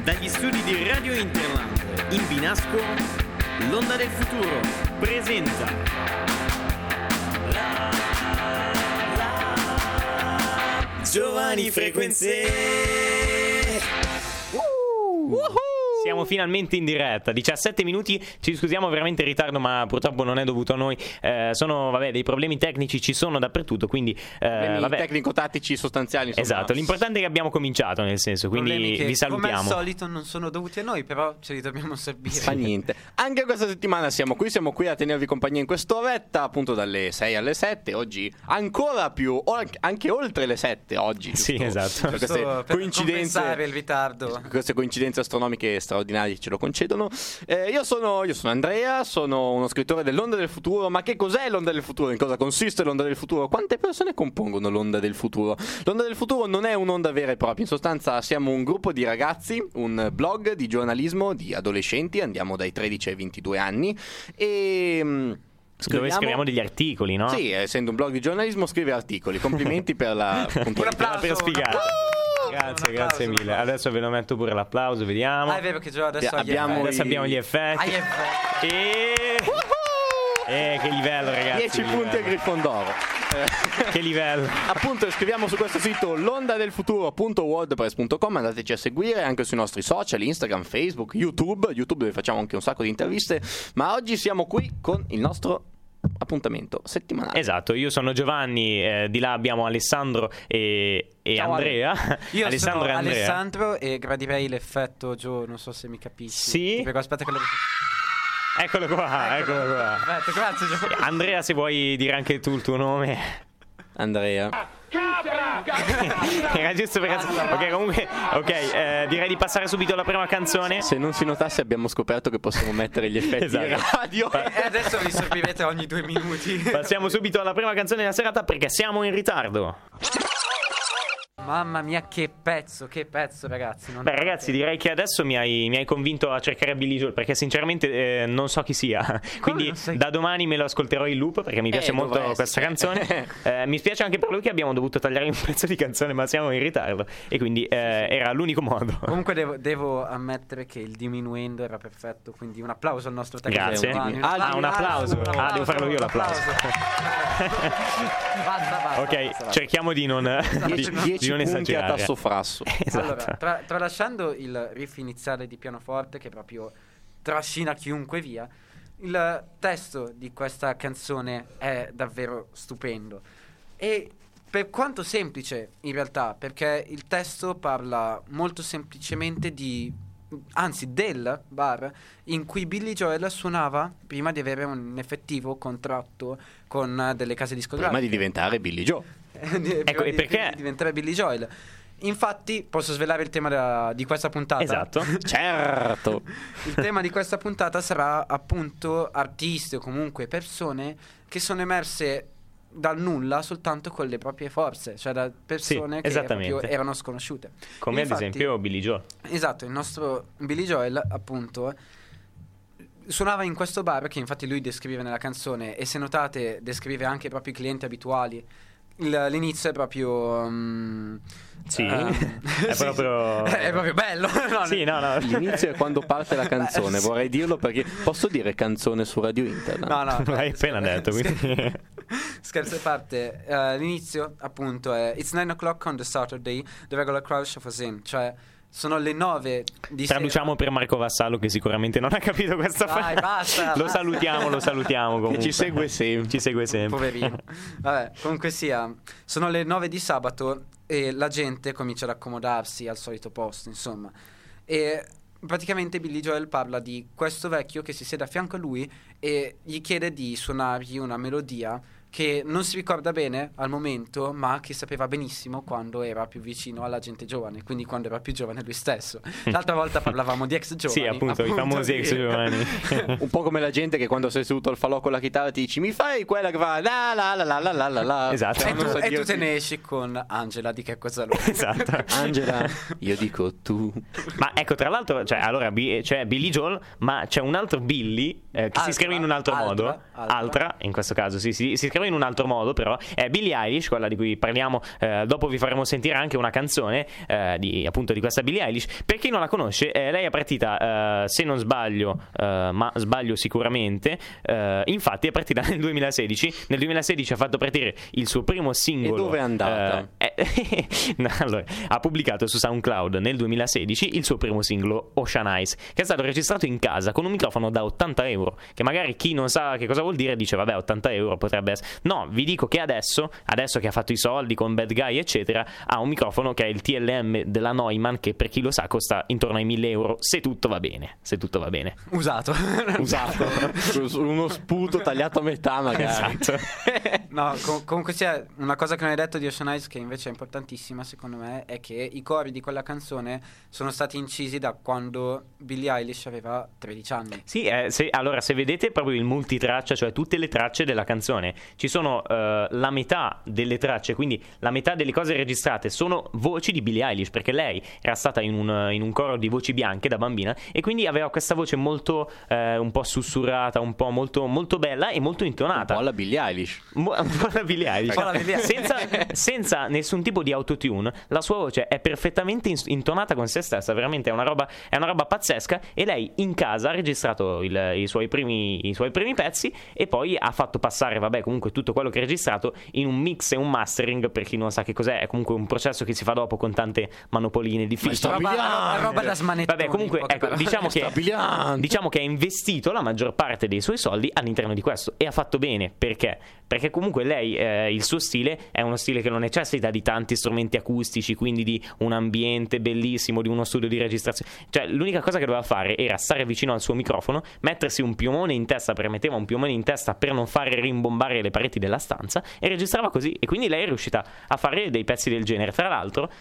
Dagli studi di Radio Interland in Binasco, l'Onda del Futuro presenta Giovani Frequenze. Siamo finalmente in diretta, 17 minuti, ci scusiamo veramente in ritardo, ma purtroppo non è dovuto a noi, sono dei problemi tecnici, ci sono dappertutto, quindi tecnico-tattici sostanziali, insomma. Esatto, l'importante è che abbiamo cominciato, nel senso, quindi vi salutiamo. Come al solito non sono dovuti a noi, però ce li dobbiamo servire. Fa niente. Anche questa settimana siamo qui a tenervi compagnia in quest'oretta, appunto dalle 6 alle 7, oggi ancora più, anche oltre le 7 oggi. Sì, esatto. Per queste coincidenze, il ritardo. Queste coincidenze astronomiche straordinarie ce lo concedono. Io sono Andrea, sono uno scrittore dell'Onda del Futuro. Ma che cos'è l'Onda del Futuro? In cosa consiste l'Onda del Futuro? Quante persone compongono l'Onda del Futuro? L'Onda del Futuro non è un'onda vera e propria, in sostanza siamo un gruppo di ragazzi, un blog di giornalismo di adolescenti, andiamo dai 13 ai 22 anni e dove scriviamo degli articoli, no? Sì, essendo un blog di giornalismo scrive articoli. Complimenti per la puntualità. Per spiegare. Grazie mille. Adesso ve lo metto pure l'applauso, vediamo. È vero che adesso abbiamo gli effetti. Che livello, ragazzi. 10 punti a Grifondoro. Che livello. Appunto, scriviamo su questo sito londadelfuturo.wordpress.com, andateci a seguire anche sui nostri social, Instagram, Facebook, YouTube dove facciamo anche un sacco di interviste. Ma oggi siamo qui con il nostro appuntamento settimanale. Esatto, io sono Giovanni, di là abbiamo Alessandro e Andrea. Io Alessandro sono e Andrea. Alessandro e gradirei l'effetto Gio, non so se mi capisci. Sì. Però aspetta che lo... Eccolo qua. Perfetto, grazie Gio. Andrea, se vuoi dire anche tu il tuo nome. Andrea. Era giusto per direi di passare subito alla prima canzone. Se non si notasse, abbiamo scoperto che possiamo mettere gli effetti in radio e adesso vi sorbirete ogni 2 minuti. Passiamo subito alla prima canzone della serata perché siamo in ritardo. Mamma mia, che pezzo ragazzi. Ragazzi, direi che adesso mi hai convinto a cercare Billy Joel, perché sinceramente non so chi sia. Quindi da domani me lo ascolterò in loop perché mi piace molto questa canzone. Mi spiace anche per lui che abbiamo dovuto tagliare un pezzo di canzone, ma siamo in ritardo e quindi era l'unico modo. Comunque devo ammettere che il diminuendo era perfetto, quindi un applauso al nostro tecnico. Grazie. Un applauso. Devo farlo io l'applauso. Basta. Ok, cerchiamo di non 10 non punti esagerare. a tasso frasso. Esatto. Allora, tralasciando il riff iniziale di pianoforte che proprio trascina chiunque via, il testo di questa canzone è davvero stupendo e per quanto semplice in realtà, perché il testo parla molto semplicemente del bar in cui Billy Joel suonava prima di avere un effettivo contratto con delle case discografiche. Prima di diventare Billy Joe. Ecco, e perché? Di diventare Billy Joel. Infatti, posso svelare il tema di questa puntata? Esatto. Certo. Il tema di questa puntata sarà appunto artisti o comunque persone che sono emerse dal nulla soltanto con le proprie forze, cioè da persone che proprio erano sconosciute. Come infatti, ad esempio Billy Joel. Esatto, il nostro Billy Joel appunto suonava in questo bar che infatti lui descrive nella canzone, e se notate descrive anche i propri clienti abituali. L'inizio è proprio è proprio bello. No. L'inizio è quando parte la canzone. Vorrei dirlo perché posso dire canzone su Radio Internet. No, l'hai appena detto, quindi. Scherzo a parte, l'inizio appunto è It's 9 o'clock on the Saturday, the regular crowd shuffles in, cioè sono le 9 di sera. Traduciamo per Marco Vassallo che sicuramente non ha capito questa frase. Basta. Lo salutiamo comunque. Che ci segue sempre. Poverino. Vabbè, comunque sia, sono le 9 di sabato e la gente comincia ad accomodarsi al solito posto, insomma. E praticamente Billy Joel parla di questo vecchio che si siede a fianco a lui e gli chiede di suonargli una melodia che non si ricorda bene al momento, ma che sapeva benissimo quando era più vicino alla gente giovane, quindi quando era più giovane lui stesso. L'altra volta parlavamo di ex giovani. Sì, appunto i famosi ex giovani. Un po' come la gente che quando sei seduto al falò con la chitarra ti dici mi fai quella che fa la la la la la la la. Esatto. E tu te ne esci con Angela di Che cosa lo. Esatto. Angela, io dico tu. Ma ecco, tra l'altro, cioè, allora c'è Billy Joel, ma c'è un altro Billy che si scrive in un altro modo. Altra, in questo caso si scrive metterò in un altro modo, però è Billie Eilish, quella di cui parliamo. Dopo vi faremo sentire anche una canzone appunto di questa Billie Eilish. Per chi non la conosce, lei è partita, se non sbaglio, ma sbaglio sicuramente, infatti è partita nel 2016. Nel 2016 ha fatto partire il suo primo singolo. E dove è andata? Allora, ha pubblicato su SoundCloud nel 2016 il suo primo singolo, Ocean Eyes, che è stato registrato in casa con un microfono da 80 euro, che magari chi non sa che cosa vuol dire dice vabbè, 80 euro potrebbe essere. No, vi dico che adesso che ha fatto i soldi con Bad Guy eccetera, ha un microfono che è il TLM della Neumann, che per chi lo sa costa intorno ai 1.000 euro se tutto va bene. Usato. Uno sputo tagliato a metà magari. Esatto. No, comunque sia, una cosa che non hai detto di Ocean Eyes, che invece è importantissima secondo me, è che i cori di quella canzone sono stati incisi da quando Billie Eilish aveva 13 anni. Sì, allora se vedete proprio il multitraccia, cioè tutte le tracce della canzone, ci sono la metà delle tracce, quindi la metà delle cose registrate sono voci di Billie Eilish, perché lei era stata in un coro di voci bianche da bambina e quindi aveva questa voce molto un po' sussurrata, un po' molto, molto bella e molto intonata. Un po' la Billie Eilish. Senza nessun tipo di autotune. La sua voce è perfettamente intonata con se stessa, veramente è una roba pazzesca. E lei in casa ha registrato i suoi primi pezzi e poi ha fatto passare, vabbè, comunque tutto quello che ha registrato in un mix e un mastering. Per chi non sa che cos'è, è comunque un processo che si fa dopo con tante manopoline difficili. Roba da smanettoni. Vabbè, comunque ecco, diciamo che ha investito la maggior parte dei suoi soldi all'interno di questo e ha fatto bene. Perché comunque lei, il suo stile è uno stile che non necessita di tanti strumenti acustici, quindi di un ambiente bellissimo, di uno studio di registrazione. Cioè l'unica cosa che doveva fare era stare vicino al suo microfono, mettersi un piumone in testa, permetteva un piumone in testa per non fare rimbombare le pareti della stanza, e registrava così. E quindi lei è riuscita a fare dei pezzi del genere. Tra l'altro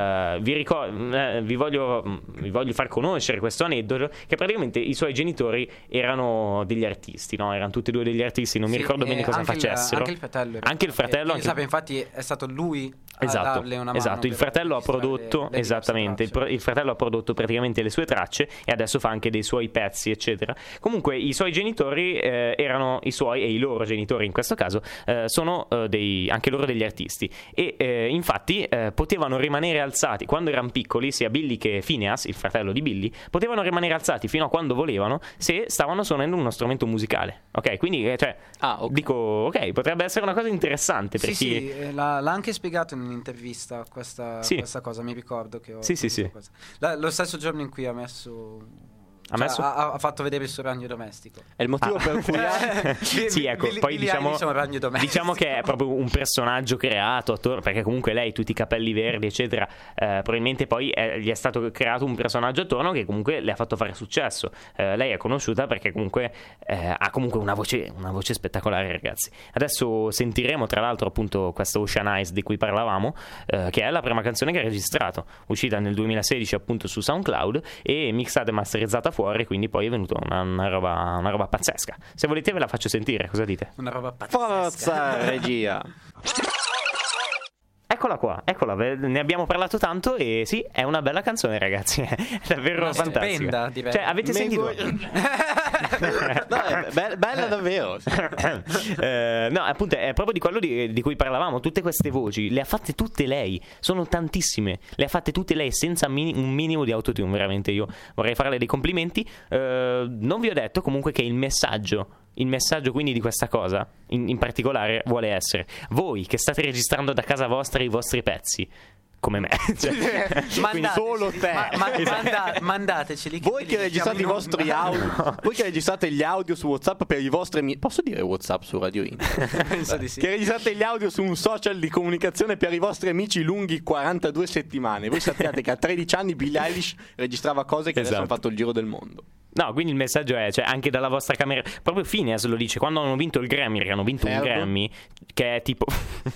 vi voglio far conoscere questo aneddoto, che praticamente i suoi genitori erano degli artisti, no? Erano tutti e due degli artisti, non mi ricordo bene cosa facessero. Anche il fratello infatti è stato lui a darle una mano. Esatto, il fratello ha prodotto esattamente, il fratello ha prodotto praticamente le sue tracce e adesso fa anche dei suoi pezzi eccetera. Comunque i suoi genitori erano i suoi, e i loro genitori in questo caso sono anche loro degli artisti, e infatti potevano rimanere alzati quando erano piccoli, sia Billy che Phineas, il fratello di Billy, potevano rimanere alzati fino a quando volevano se stavano suonando uno strumento musicale. Ok, quindi dico, ok, potrebbe essere una cosa interessante per chi... Sì, l'ha anche spiegato in un'intervista questa cosa, mi ricordo che ho... Sì. Lo stesso giorno in cui ha fatto vedere il suo ragno domestico. È il motivo per cui sì, ecco, poi diciamo che è proprio un personaggio creato attorno, perché comunque lei tutti i capelli verdi eccetera, probabilmente poi gli è stato creato un personaggio attorno che comunque le ha fatto fare successo. Lei è conosciuta perché comunque ha comunque una voce spettacolare, ragazzi. Adesso sentiremo tra l'altro appunto questa Ocean Eyes di cui parlavamo, che è la prima canzone che ha registrato, uscita nel 2016 appunto su SoundCloud e mixata e masterizzata fuori, quindi poi è venuta una roba pazzesca. Se volete ve la faccio sentire, cosa dite? Una roba pazzesca. Forza regia. Eccola qua, ne abbiamo parlato tanto e sì, è una bella canzone, ragazzi, è davvero fantastica. Stupenda, direi. Cioè, avete sentito? No, è bella davvero. No, appunto è proprio di quello di cui parlavamo. Tutte queste voci le ha fatte tutte lei, sono tantissime, le ha fatte tutte lei senza un minimo di autotune. Veramente io vorrei farle dei complimenti. Non vi ho detto comunque che il messaggio quindi di questa cosa in particolare vuole essere: voi che state registrando da casa vostra i vostri pezzi come me, quindi solo te, mandateceli, voi che registrate i vostri audio, voi che registrate gli audio su WhatsApp per i vostri amici. Posso dire WhatsApp su Radio Inter? Penso di sì. Che registrate gli audio su un social di comunicazione per i vostri amici lunghi 42 settimane. Voi sappiate che a 13 anni Billie Eilish registrava cose che adesso hanno fatto il giro del mondo. No, quindi il messaggio è, cioè, anche dalla vostra camera. Proprio Phineas lo dice quando hanno vinto il Grammy, perché hanno vinto un Grammy che è tipo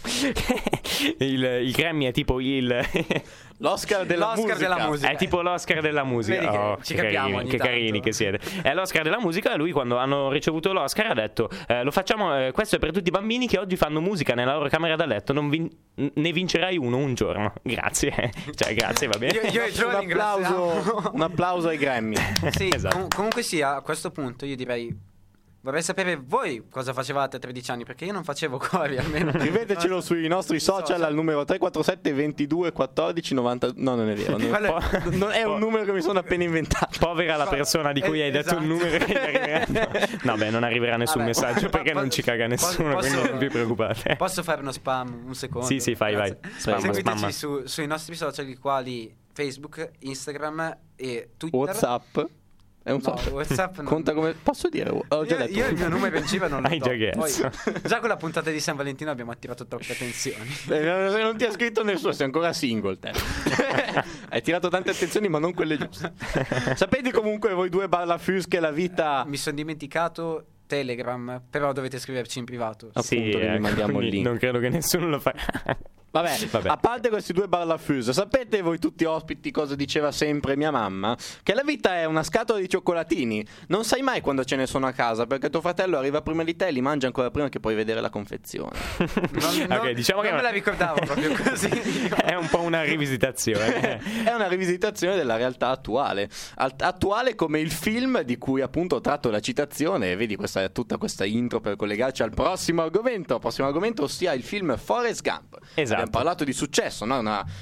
il Grammy è tipo l'Oscar della musica. È tipo l'Oscar della musica. Che carini che siete. È l'Oscar della musica. E lui, quando hanno ricevuto l'Oscar, ha detto: lo facciamo, questo è per tutti i bambini che oggi fanno musica nella loro camera da letto. Ne vincerai uno un giorno. Grazie. Cioè, grazie, va bene. Un applauso ai Grammy. Sì, esatto. Comunque sia, a questo punto io direi vorrei sapere voi cosa facevate a 13 anni, perché io non facevo cori almeno. Scrivetecelo sui nostri social al numero 347 22 14 90. No, non è vero. Non è un numero che mi sono appena inventato. Povera la persona di cui hai detto il numero che gli arriverà. No, beh, non arriverà nessun messaggio perché non ci caga nessuno, quindi non vi preoccupate. Posso fare uno spam un secondo? Sì, vai. Seguiteci sui nostri social, i quali Facebook, Instagram e Twitter. WhatsApp. È un WhatsApp non... Conta come posso dire? Io il mio numero in giro non lo Hai do. Già con la puntata di San Valentino abbiamo attirato troppe attenzioni. Non ti ha scritto nessuno, sei ancora single te. Hai tirato tante attenzioni ma non quelle giuste. Sapete comunque voi due Barlafus che la vita... Mi sono dimenticato Telegram, però dovete scriverci in privato. Appunto, vi mandiamo il link. Non credo che nessuno lo farà. Vabbè, a parte questi due Barlafus, sapete voi tutti ospiti cosa diceva sempre mia mamma? Che la vita è una scatola di cioccolatini. Non sai mai quando ce ne sono a casa, perché tuo fratello arriva prima di te e li mangia ancora prima che puoi vedere la confezione. Diciamo non che me la ricordavo proprio così. È un po' una rivisitazione. È una rivisitazione della realtà attuale. Attuale come il film di cui appunto ho tratto la citazione. E vedi tutta questa intro per collegarci al prossimo argomento, ossia il film Forrest Gump. Esatto. Abbiamo parlato di successo, no?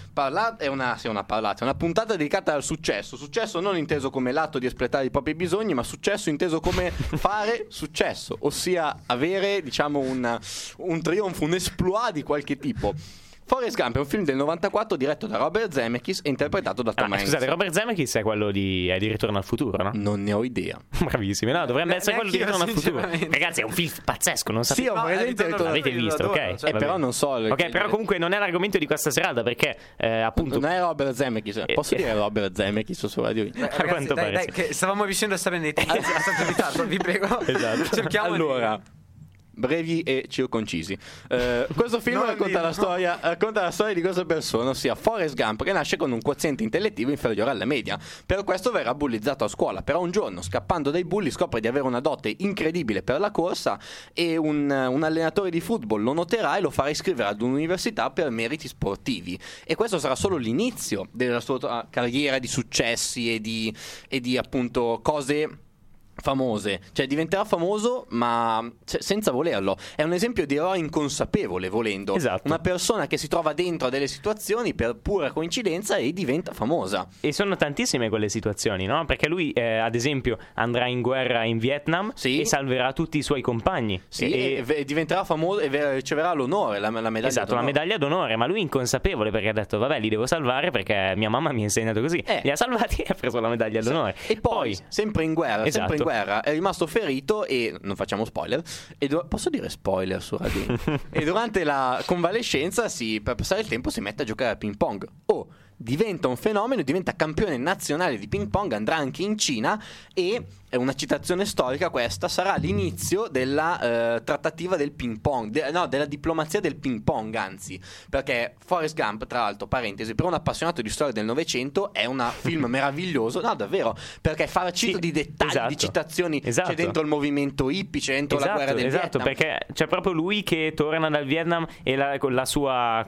È una puntata dedicata al successo. Successo non inteso come l'atto di espletare i propri bisogni, ma successo inteso come fare successo, ossia avere, diciamo, un trionfo, un exploit di qualche tipo. Forrest Gump è un film del 94 diretto da Robert Zemeckis e interpretato da Tom Hanks. Scusate, Robert Zemeckis è quello di Ritorno al futuro, no? Non ne ho idea. Bravissimi, no? Dovrebbe essere quello di Ritorno al futuro. Ragazzi, è un film pazzesco, non sapete. Sì, ho presente l'avete visto, ok? Però non so. Ok, però comunque non è l'argomento di questa serata perché appunto non è Robert Zemeckis. Posso dire Robert Zemeckis su Radio? A quanto pare. Dai, che stavamo riuscendo a stare nei tempi. È stato evitato, vi prego. Esatto. Cerchiamo allora. Brevi e circoncisi. Questo film racconta la storia di questa persona, ossia Forrest Gump, che nasce con un quoziente intellettivo inferiore alla media. Per questo verrà bullizzato a scuola, però un giorno, scappando dai bulli, scopre di avere una dote incredibile per la corsa e un allenatore di football lo noterà e lo farà iscrivere ad un'università per meriti sportivi. E questo sarà solo l'inizio della sua carriera di successi e di appunto cose famose, cioè diventerà famoso ma senza volerlo. È un esempio di eroe inconsapevole, volendo. Esatto. Una persona che si trova dentro a delle situazioni per pura coincidenza e diventa famosa. E sono tantissime quelle situazioni, no? Perché lui ad esempio andrà in guerra in Vietnam, sì, e salverà tutti i suoi compagni, sì, e diventerà famoso e riceverà l'onore, la medaglia, esatto, d'onore. La medaglia d'onore. Ma lui inconsapevole, perché ha detto vabbè, li devo salvare perché mia mamma mi ha insegnato così. Li ha salvati e ha preso la medaglia d'onore. E poi sempre in guerra, esatto, sempre in guerra, è rimasto ferito e non facciamo spoiler. Posso dire spoiler su Radio? E durante la convalescenza, per passare il tempo, si mette a giocare a ping pong. Diventa un fenomeno, diventa campione nazionale di ping pong, andrà anche in Cina e è una citazione storica questa, sarà l'inizio della trattativa del ping pong, della diplomazia del ping pong, anzi, perché Forrest Gump, tra l'altro, parentesi, per un appassionato di storia del Novecento è un film meraviglioso, no davvero, perché è farcito di dettagli, esatto, di citazioni, esatto, c'è dentro il movimento hippie, c'è dentro la guerra del Vietnam, perché c'è proprio lui che torna dal Vietnam e con la sua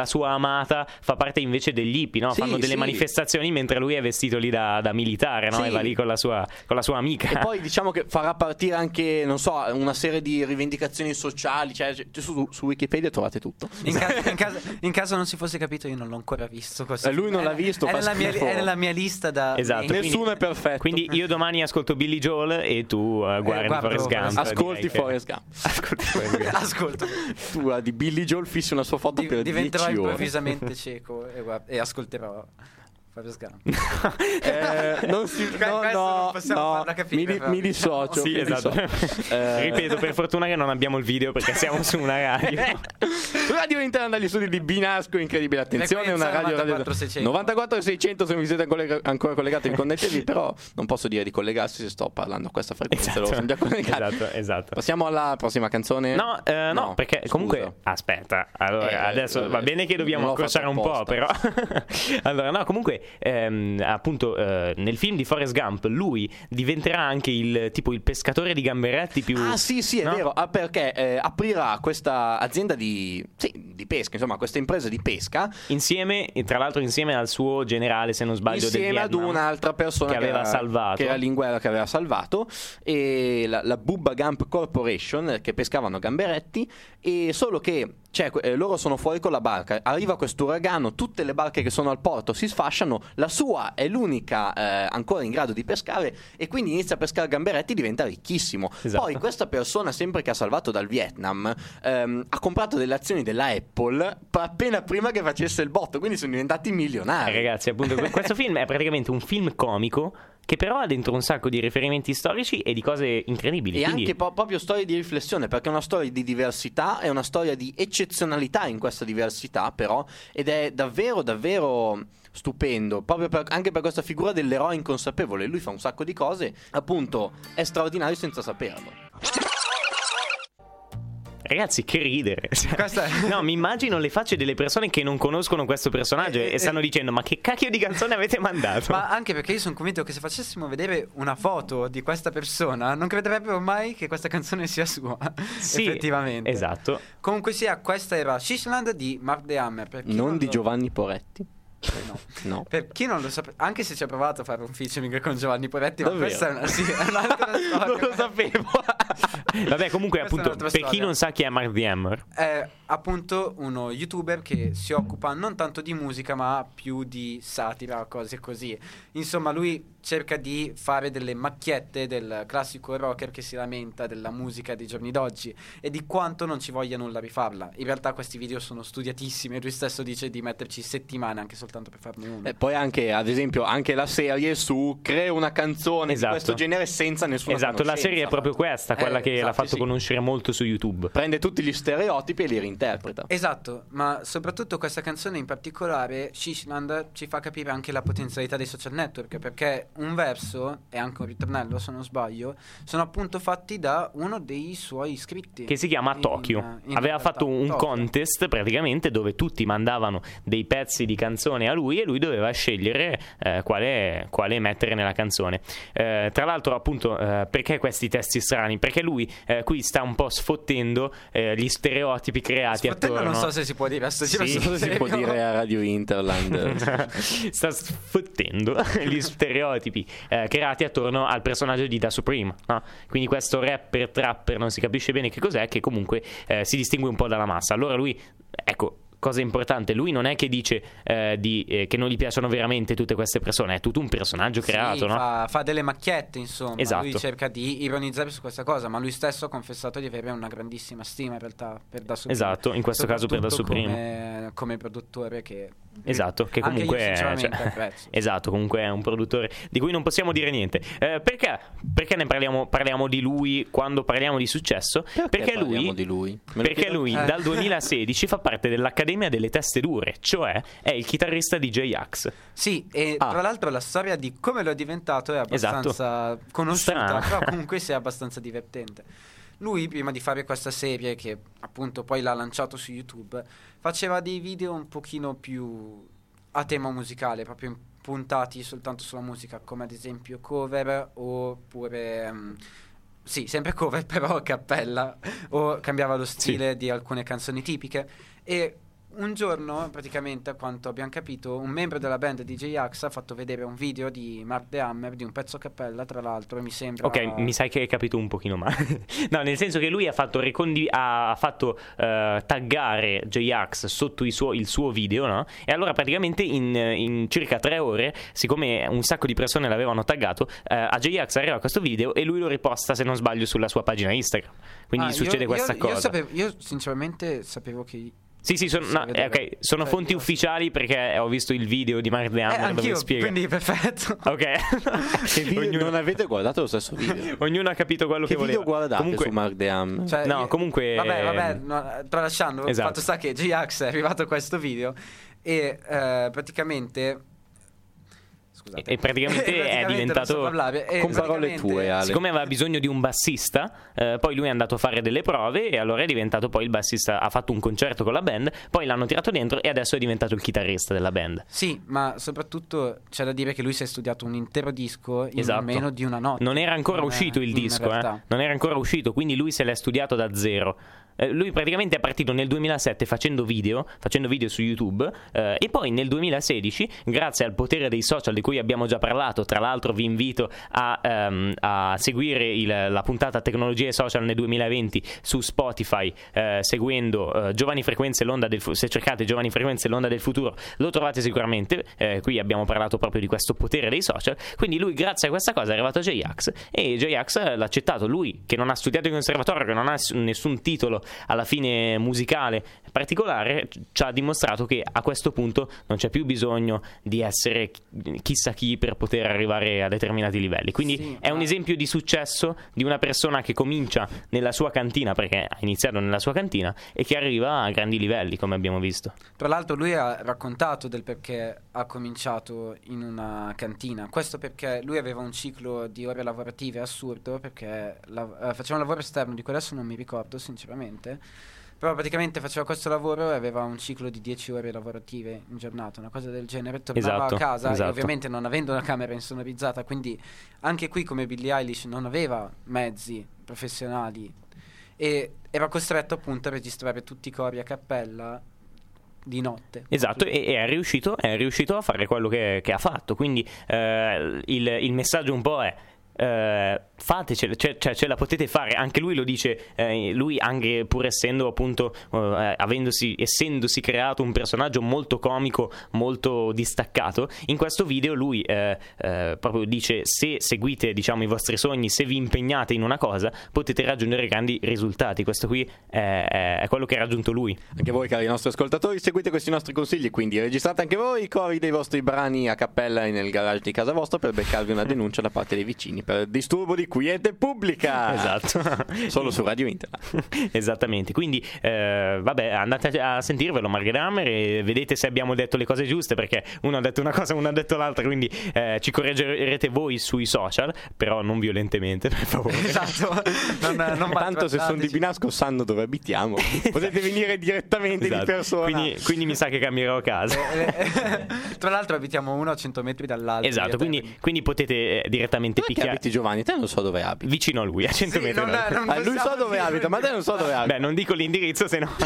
amata fa parte invece degli hippie, no? Fanno delle manifestazioni mentre lui è vestito lì da militare, no? E va lì con la sua amica. E poi diciamo che farà partire anche, non so, una serie di rivendicazioni sociali, cioè su Wikipedia trovate tutto. In caso non si fosse capito, io non l'ho ancora visto. Lui non l'ha visto, è nella mia lista da... Esatto. Nessuno è perfetto. Quindi io domani ascolto Billy Joel e tu guardi Forrest Gump. Ascolti Forrest Gump. Ascolto. Tu di Billy Joel fissi una sua foto per 10 ore. Diventerò improvvisamente cieco e ascolterò Forrest Gump. Mi dissocio. Sì, esatto. Ripeto, per fortuna che non abbiamo il video perché siamo su una radio. Radio interna dagli studi di Binasco, incredibile, attenzione, una radio 94 e 600 se mi siete ancora collegati connettevi, però non posso dire di collegarsi se sto parlando a questa frequenza, esatto, sono già collegato. Esatto. Passiamo alla prossima canzone. No, perché scusa, comunque aspetta, allora adesso va bene che dobbiamo accorciare un po', però allora no, comunque appunto nel film di Forrest Gump lui diventerà anche il pescatore di gamberetti più... sì, è vero, perché aprirà questa azienda di di pesca, insomma, questa impresa di pesca. Tra l'altro insieme al suo generale, se non sbaglio, insieme del Vietnam, ad un'altra persona che aveva salvato, che era lì in guerra, che aveva salvato, e la Bubba Gump Corporation, che pescavano gamberetti, e solo che loro sono fuori con la barca, arriva questo uragano, tutte le barche che sono al porto si sfasciano, la sua è l'unica ancora in grado di pescare, e quindi inizia a pescare gamberetti, diventa ricchissimo. Esatto. Poi questa persona, sempre che ha salvato dal Vietnam, ha comprato delle azioni della Apple appena prima che facesse il botto, quindi sono diventati milionari. Ragazzi, appunto, questo film è praticamente un film comico che però ha dentro un sacco di riferimenti storici e di cose incredibili. E quindi... anche proprio storie di riflessione, perché è una storia di diversità, è una storia di eccezionalità in questa diversità, però, ed è davvero davvero stupendo, proprio anche per questa figura dell'eroe inconsapevole. Lui fa un sacco di cose, appunto, è straordinario senza saperlo. Ragazzi, che ridere. No, mi immagino le facce delle persone che non conoscono questo personaggio e stanno dicendo: ma che cacchio di canzone avete mandato? Ma anche perché io sono convinto che se facessimo vedere una foto di questa persona non crederebbero mai che questa canzone sia sua. Sì, effettivamente. Esatto. Comunque sia, questa era Shishland di Mark the Hammer. Non di Giovanni Poretti. No. Per chi non lo sapeva, anche se ci ha provato a fare un featuring con Giovanni Poretti, ma davvero? questa è un'altra storia. Non lo sapevo. Vabbè, comunque, appunto, per chi non sa chi è Mark the Hammer, è appunto uno youtuber che si occupa non tanto di musica ma più di satira, cose così. Insomma, lui cerca di fare delle macchiette del classico rocker che si lamenta della musica dei giorni d'oggi e di quanto non ci voglia nulla rifarla. In realtà questi video sono studiatissimi e lui stesso dice di metterci settimane anche soltanto per farne uno. E poi anche, ad esempio, anche la serie su crea una canzone di questo genere senza nessuna conoscenza. La serie è proprio questa, quella che l'ha fatto conoscere molto su YouTube. Prende tutti gli stereotipi e li reinterpreta. Esatto, ma soprattutto questa canzone in particolare, Shishland, ci fa capire anche la potenzialità dei social network, perché un verso e anche un ritornello, se non sbaglio, sono appunto fatti da uno dei suoi iscritti, che si chiama Tokyo. Aveva fatto un contest praticamente dove tutti mandavano dei pezzi di canzone a lui e lui doveva scegliere quale mettere nella canzone. Tra l'altro, appunto, perché questi testi strani? Perché lui qui sta un po' sfottendo gli stereotipi creati attorno. Non so se si può dire a sto giro, si può dire a Radio Interland. Sta sfottendo gli stereotipi creati attorno al personaggio di Da Supreme, no? Quindi questo rapper trapper, non si capisce bene che cos'è, che comunque si distingue un po' dalla massa. Allora lui, ecco, cosa importante, lui non è che dice che non gli piacciono veramente tutte queste persone, è tutto un personaggio creato, no? Fa delle macchiette, insomma. Esatto. Lui cerca di ironizzare su questa cosa, ma lui stesso ha confessato di avere una grandissima stima in realtà per Da Supreme. Esatto, in questo caso per Da Supreme come produttore che... Esatto, che comunque anche io sinceramente apprezzo. Esatto, comunque è un produttore di cui non possiamo dire niente. Perché ne parliamo di lui quando parliamo di successo? Perché lui dal 2016 fa parte dell'Accademia delle Teste Dure, cioè è il chitarrista di J-Ax. Sì, e tra l'altro la storia di come lo è diventato è abbastanza conosciuta, però comunque sia abbastanza divertente. Lui, prima di fare questa serie, che appunto poi l'ha lanciato su YouTube, faceva dei video un pochino più a tema musicale, proprio puntati soltanto sulla musica, come ad esempio cover, oppure sì, sempre cover però a cappella, o cambiava lo stile di alcune canzoni tipiche. E un giorno, praticamente, a quanto abbiamo capito, un membro della band di J-Ax ha fatto vedere un video di Mark the Hammer, di un pezzo a cappella, tra l'altro, mi sembra... Ok, mi sai che hai capito un pochino male. No, nel senso che lui ha fatto taggare J-Ax sotto il suo video, no? E allora praticamente in circa 3 ore, siccome un sacco di persone l'avevano taggato, a J-Ax arriva questo video e lui lo riposta, se non sbaglio, sulla sua pagina Instagram. Quindi succede questa cosa. Io sinceramente sapevo che... Sì, sono fonti ufficiali, perché ho visto il video di Mark the Hammer dove spiega. Quindi perfetto. Ok. Non avete guardato lo stesso video? Ognuno ha capito quello che voleva. Che video guardate comunque, su Mark the Hammer? Cioè, comunque vabbè, tralasciando, il fatto sta che J-Ax è arrivato a questo video e praticamente... E praticamente è diventato, con parole tue, Ale, siccome aveva bisogno di un bassista, poi lui è andato a fare delle prove e allora è diventato poi il bassista. Ha fatto un concerto con la band, poi l'hanno tirato dentro e adesso è diventato il chitarrista della band. Sì, ma soprattutto c'è da dire che lui si è studiato un intero disco in meno di una notte. Non era ancora uscito il disco, non era ancora uscito, quindi lui se l'è studiato da zero. Lui praticamente è partito nel 2007 facendo video su YouTube, e poi nel 2016, grazie al potere dei social di cui abbiamo già parlato, tra l'altro vi invito a seguire la puntata Tecnologie Social nel 2020 su Spotify, seguendo Giovani Frequenze l'onda del se cercate Giovani Frequenze l'onda del futuro lo trovate sicuramente. Qui abbiamo parlato proprio di questo potere dei social. Quindi lui, grazie a questa cosa, è arrivato a J-Ax, e J-Ax l'ha accettato. Lui, che non ha studiato in conservatorio, che non ha nessun titolo alla fine musicale particolare, ci ha dimostrato che a questo punto non c'è più bisogno di essere chissà chi per poter arrivare a determinati livelli. Quindi sì, è un esempio di successo di una persona che comincia nella sua cantina, perché ha iniziato nella sua cantina, e che arriva a grandi livelli, come abbiamo visto. Tra l'altro lui ha raccontato del perché ha cominciato in una cantina. Questo perché lui aveva un ciclo di ore lavorative assurdo, perché faceva un lavoro esterno di cui adesso non mi ricordo sinceramente, però praticamente faceva questo lavoro e aveva un ciclo di 10 ore lavorative in giornata, una cosa del genere. Tornava a casa e ovviamente non avendo una camera insonorizzata, quindi anche qui come Billie Eilish non aveva mezzi professionali e era costretto appunto a registrare tutti i cori a cappella di notte. Esatto, e è riuscito a fare quello che ha fatto. Quindi il messaggio un po' è: fatecela, cioè ce la potete fare. Anche lui lo dice, lui, anche pur essendo appunto essendosi creato un personaggio molto comico, molto distaccato, in questo video lui proprio dice: se seguite, diciamo, i vostri sogni, se vi impegnate in una cosa, potete raggiungere grandi risultati. Questo qui è quello che ha raggiunto lui. Anche voi, cari nostri ascoltatori, seguite questi nostri consigli, quindi registrate anche voi i cori dei vostri brani a cappella nel garage di casa vostra per beccarvi una denuncia da parte dei vicini per disturbo di quiete pubblica. Esatto. Solo su Radio Interland. Esattamente. Quindi vabbè, andate a sentirvelo Margrammer e vedete se abbiamo detto le cose giuste, perché uno ha detto una cosa, uno ha detto l'altra, quindi ci correggerete voi sui social, però non violentemente, per favore. Esatto. Non tanto se sono di Binasco sanno dove abitiamo. Potete venire direttamente di persona. Quindi mi sa che cambierò casa. Tra l'altro abitiamo uno a 100 metri dall'altro. Esatto, quindi potete direttamente picchiare. Abiti Giovanni, te non so dove abiti. Vicino a lui, a 100 metri. Lui so dove abita, ma te non so dove abita. Beh, non dico l'indirizzo, se no.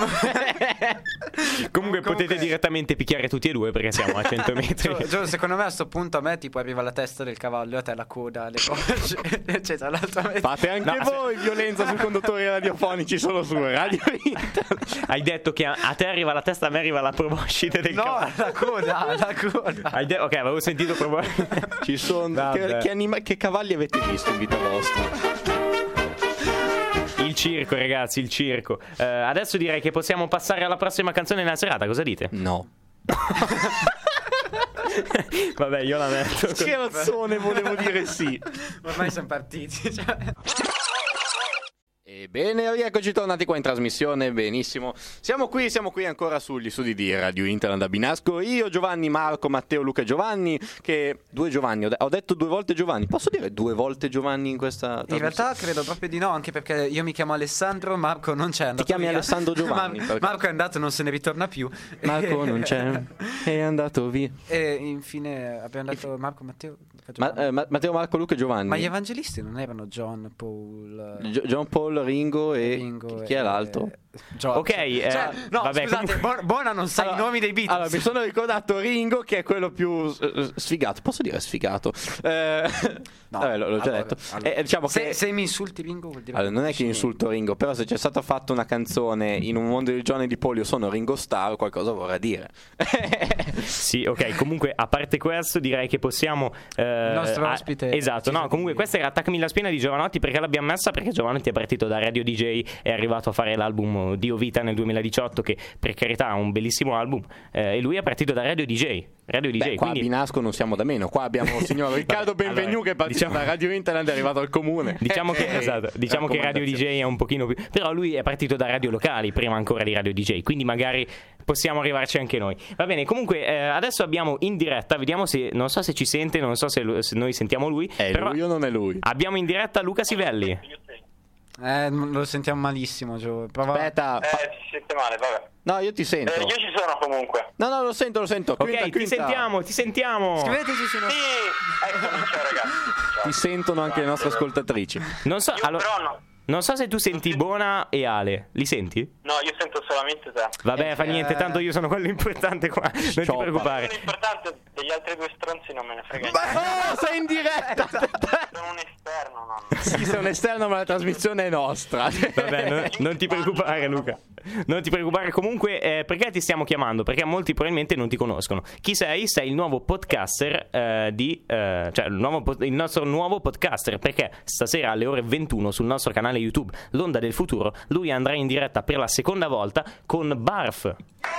Comunque potete direttamente picchiare tutti e due, perché siamo a 100 metri. Secondo me a sto punto a me tipo arriva la testa del cavallo e a te la coda, le cose, eccetera. Fate anche voi violenza sui conduttori radiofonici solo su Radio Interland. Hai detto che a te arriva la testa, a me arriva la proboscide del cavallo. No, la coda. Ok, avevo sentito Ci sono che cavalli avete visto in vita vostra? Il circo, ragazzi, il circo. Adesso direi che possiamo passare alla prossima canzone della serata. Cosa dite? No. Vabbè, io la metto. Scherzone, volevo dire sì. Ormai siamo partiti, cioè. Ebbene, rieccoci tornati qua in trasmissione. Benissimo, siamo qui ancora sugli studi di Radio Interland a Binasco. Io, Giovanni, Marco, Matteo, Luca e Giovanni. Che due Giovanni, ho detto 2 volte Giovanni. Posso dire 2 volte Giovanni in questa trasmissione? In realtà credo proprio di no, anche perché io mi chiamo Alessandro, Marco non c'è. Ti chiami via. Alessandro Giovanni? Marco è andato, non se ne ritorna più. Marco non c'è, è andato via. E infine abbiamo detto Marco, Matteo, Matteo, Marco, Luca e Giovanni. Ma gli evangelisti non erano John Paul, Ringo e chi è l'altro? Ok, no, vabbè, scusate, comunque... Buona non sa i nomi dei Beatles. Allora, mi sono ricordato Ringo, che è quello più sfigato. Posso dire sfigato? No, vabbè, l'ho già detto. Allora, diciamo se mi insulti Ringo vuol dire non è che insulto Ringo, però se c'è stata fatta una canzone in un mondo di giorni di polio, sono Ringo Starr, qualcosa vorrà dire. Sì, ok, comunque a parte questo direi che possiamo il nostro ospite. Esatto, no, comunque questa era Attaccami la spina di Giovanotti. Perché l'abbiamo messa? Perché Giovanotti è partito da Radio DJ, è arrivato a fare l'album Dio Vita nel 2018, che per carità è un bellissimo album, e lui è partito da Radio DJ. Qua quindi... a Binasco non siamo da meno. Qua abbiamo il signor Riccardo Benvenu, che è partito da Radio Interland, è arrivato al comune. Diciamo che Radio DJ è un pochino più, però lui è partito da radio locali prima ancora di Radio DJ, quindi magari possiamo arrivarci anche noi. Va bene, comunque adesso abbiamo in diretta, vediamo se, non so se ci sente, non so se noi sentiamo lui. È però lui o non è lui? Abbiamo in diretta Luca Sivelli. Lo sentiamo malissimo, Gio. Prova. Aspetta. Si sente male, vabbè. No, io ti sento. Io ci sono comunque. No, lo sento. Ok, ti sentiamo. Scriveteci se no. Sì, eccomi, ciao ragazzi. Ciao. Ti sentono anche le nostre ascoltatrici. Non so, Io allora... però Non so se tu senti Bona e Ale. Li senti? No, io sento solamente te. Vabbè, fa niente, tanto io sono quello importante qua. Non ti preoccupare. L'importante degli altri due stronzi non me ne frega Ma niente. no, sei in diretta! Sono un esterno, no? Sì, sei un esterno, ma la trasmissione è nostra. Vabbè, non ti preoccupare, Luca. Non ti preoccupare. Comunque, perché ti stiamo chiamando? Perché molti probabilmente non ti conoscono. Chi sei? Sei il nuovo podcaster cioè il nostro nuovo podcaster, perché stasera alle ore 21 sul nostro canale YouTube L'Onda del Futuro lui andrà in diretta per la seconda volta con Barf.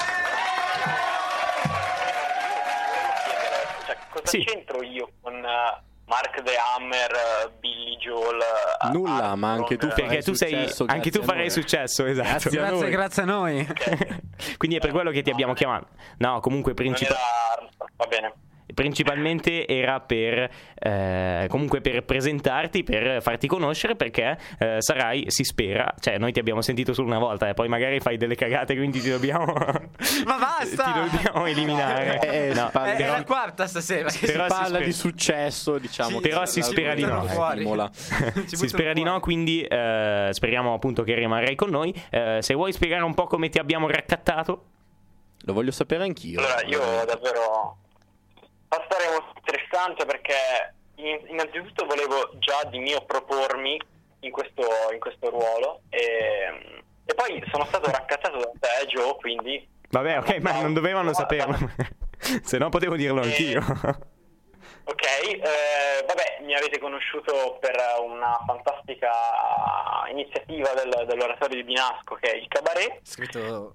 Cioè, cosa Sì. c'entro io con Mark The Hammer, Billy Joel? Nulla, ma anche tu Armstrong? Perché tu sei successo, anche tu grazie a farai noi. successo, esatto. Grazie a noi. Grazie a noi. Quindi è per quello che ti abbiamo chiamato. No, comunque Non era Armstrong, va bene. principalmente era per comunque per presentarti, per farti conoscere, perché sarai, si spera, cioè noi ti abbiamo sentito solo una volta e poi magari fai delle cagate, quindi ti dobbiamo Ma basta! ti dobbiamo eliminare. No, parla- È la quarta stasera. Si Però si parla spera- di successo, diciamo. Sì, però si spera di no. fuori. Imola. si spera di no, quindi speriamo appunto che rimarrai con noi. Se vuoi spiegare un po' come ti abbiamo raccattato. Lo voglio sapere anch'io. Allora, io davvero... La storia è molto interessante perché innanzitutto volevo già di mio propormi in questo ruolo e poi sono stato raccattato da te, Joe, quindi... Vabbè, ok, ma non dovevano saperlo. Se no potevo dirlo anch'io. Ok, vabbè, mi avete conosciuto per una fantastica iniziativa dell'oratorio di Binasco, che è il Cabaret, Scritto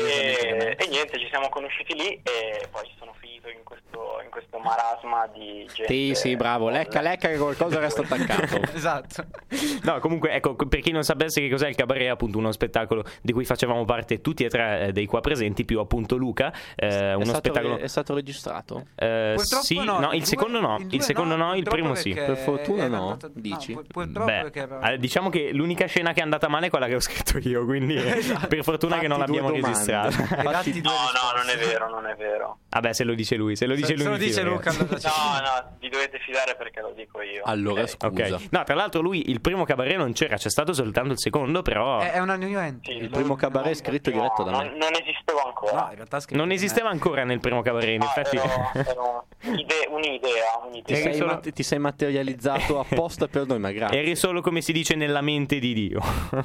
e niente, ci siamo conosciuti lì e poi ci sono finito in questo marasma di gente. Sì, bravo. Lecca che qualcosa resta attaccato. Esatto. No, comunque, ecco, per chi non sapesse che cos'è il Cabaret, è appunto uno spettacolo di cui facevamo parte tutti e tre dei qua presenti, più appunto Luca. Spettacolo. È stato registrato? Purtroppo Sì, no, il secondo no, il secondo no, il primo sì. Per fortuna no, dici? Purtroppo Beh, perché diciamo che l'unica scena che è andata male è quella che ho scritto io, quindi per fortuna che non Fatti l'abbiamo due domande. registrata. Fatti due No, non è vero, non è vero. Vabbè, se lo dice lui, Se lo dice Luca, allora sì. No, vi dovete fidare perché lo dico io. Allora, Ok. scusa. Ok. No, tra l'altro lui il primo Cabaret non c'era stato soltanto il secondo, però È una new entry. Sì, Il primo Cabaret scritto e diretto da me. Non esistevo ancora. No, in realtà ha scritto non da me. esisteva ancora nel primo Cabaret, in effetti. Ero un'idea. Ti sei materializzato apposta per noi, ma grazie. Eri solo, come si dice, nella mente di Dio.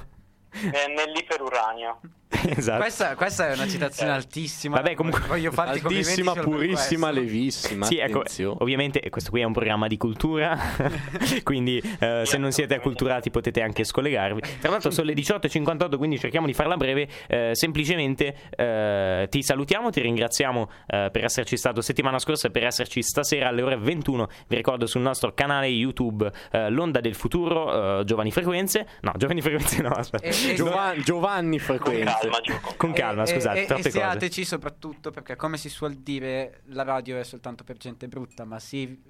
Nell'iperuranio. Esatto. Questa è una citazione altissima. Vabbè, comunque voglio farti Altissima, complimenti solo per purissima, questo. levissima. Sì, ecco, attenzione. ovviamente questo qui è un programma di cultura, quindi se non siete acculturati potete anche scollegarvi. Tra l'altro sono le 18:58, quindi cerchiamo di farla breve. Semplicemente ti salutiamo, ti ringraziamo per esserci stato settimana scorsa e per esserci stasera alle ore 21. Vi ricordo sul nostro canale YouTube L'Onda del Futuro, Giovani Frequenze. No, Giovani Frequenze no, aspetta. Giovanni Frequenze. Calma, Gioco. Con calma, scusate, e troppe cose. siateci soprattutto perché, come si suol dire, la radio è soltanto per gente brutta, ma sì,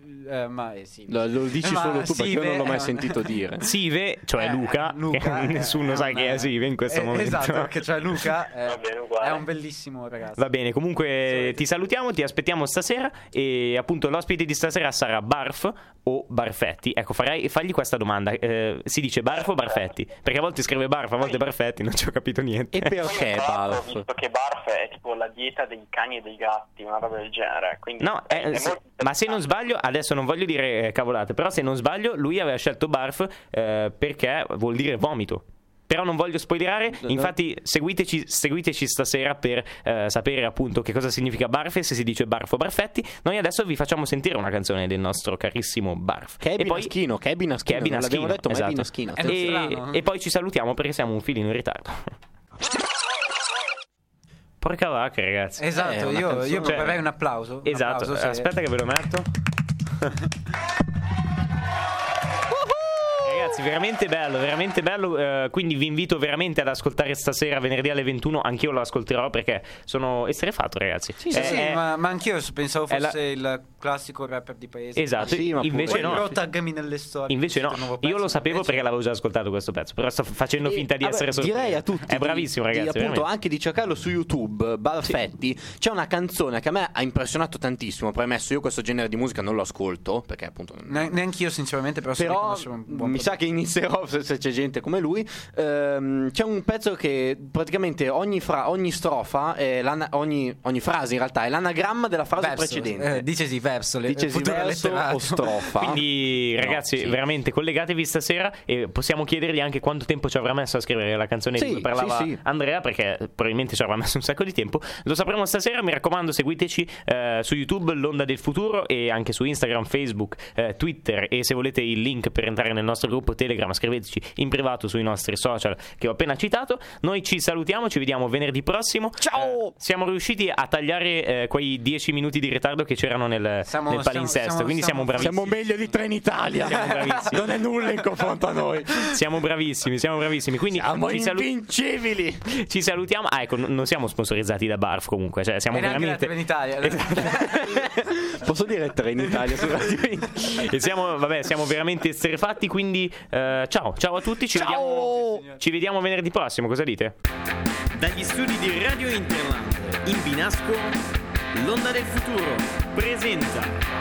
Lo dici Ma solo tu perché io non l'ho mai Sive- sentito dire. Sive, cioè Luca, Luca, che nessuno sa chi è Sive in questo momento. Esatto, perché cioè Luca Va bene, uguale. è un bellissimo ragazzo. Va bene, comunque ti salutiamo, ti aspettiamo stasera e appunto l'ospite di stasera sarà Barf o Barfetti. Ecco, fagli questa domanda, si dice Barf o Barfetti? Perché a volte scrive Barf, a volte Barfetti, non ci ho capito niente. E perché Tra l'altro, Barf? visto che Barf è tipo la dieta dei cani e dei gatti, una roba del genere. Quindi No, è molto ma se non sbaglio, adesso non voglio dire cavolate, però se non sbaglio lui aveva scelto Barf perché vuol dire vomito. Però non voglio spoilerare, infatti seguiteci stasera per sapere appunto che cosa significa Barf e se si dice Barf o Barfetti. Noi adesso vi facciamo sentire una canzone del nostro carissimo Barf. Che è binaschino, Che è binaschino, non l'abbiamo detto, ma esatto. è binaschino. È strano. E poi ci salutiamo perché siamo un filino in ritardo. Porca vacca, ragazzi. Esatto, una io canzone- proporrei un applauso. Un Esatto, applauso, se- aspetta che ve lo metto. Ragazzi, veramente bello. Quindi vi invito veramente ad ascoltare stasera, venerdì alle 21. Anch'io lo ascolterò perché sono estrefatto, ragazzi. Sì, ma anch'io pensavo fosse il classico rapper di paese. Esatto, Sì, ma invece pure- no. Però taggami nelle storie. Invece no, questo nuovo io pezzo. lo sapevo Invece- perché l'avevo già ascoltato questo pezzo. Però sto facendo finta di essere sorpreso. Direi a tutti È bravissimo, di ragazzi. appunto veramente. anche di cercarlo su YouTube. Barfetti. C'è una canzone che a me ha impressionato tantissimo. Premesso, io questo genere di musica non lo ascolto perché appunto Neanch'io sinceramente, però so però riconoscere un buon mi sa che inizierò, se c'è gente come lui. C'è un pezzo che praticamente ogni strofa, ogni frase in realtà è l'anagramma della frase precedente. Dicesi verso, dicesi verso o strofa. Quindi ragazzi, veramente collegatevi stasera e possiamo chiedergli anche quanto tempo ci avrà messo a scrivere la canzone di cui parlava Andrea, perché probabilmente ci avrà messo un sacco di tempo. Lo sapremo stasera. Mi raccomando, seguiteci su YouTube, l'Onda del Futuro, e anche su Instagram, Facebook, Twitter, e se volete il link per entrare nel nostro gruppo Telegram scriveteci in privato sui nostri social che ho appena citato. Noi ci salutiamo, ci vediamo venerdì prossimo. Ciao! Siamo riusciti a tagliare quei 10 minuti di ritardo che c'erano nel palinsesto, quindi siamo bravissimi. Siamo meglio di Trenitalia. Siamo bravissimi. Non è nulla in confronto a noi. Siamo bravissimi. Quindi siamo invincibili. Ci salutiamo. Ecco, non siamo sponsorizzati da Barf comunque, cioè siamo veramente Trenitalia. Posso dire Trenitalia su Radio Inter? E siamo veramente esterefatti, quindi ciao a tutti, ci vediamo venerdì prossimo, cosa dite? Dagli studi di Radio Interland in Binasco, l'Onda del Futuro presenta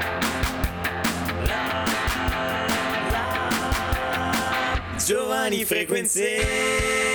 Giovani Frequenze.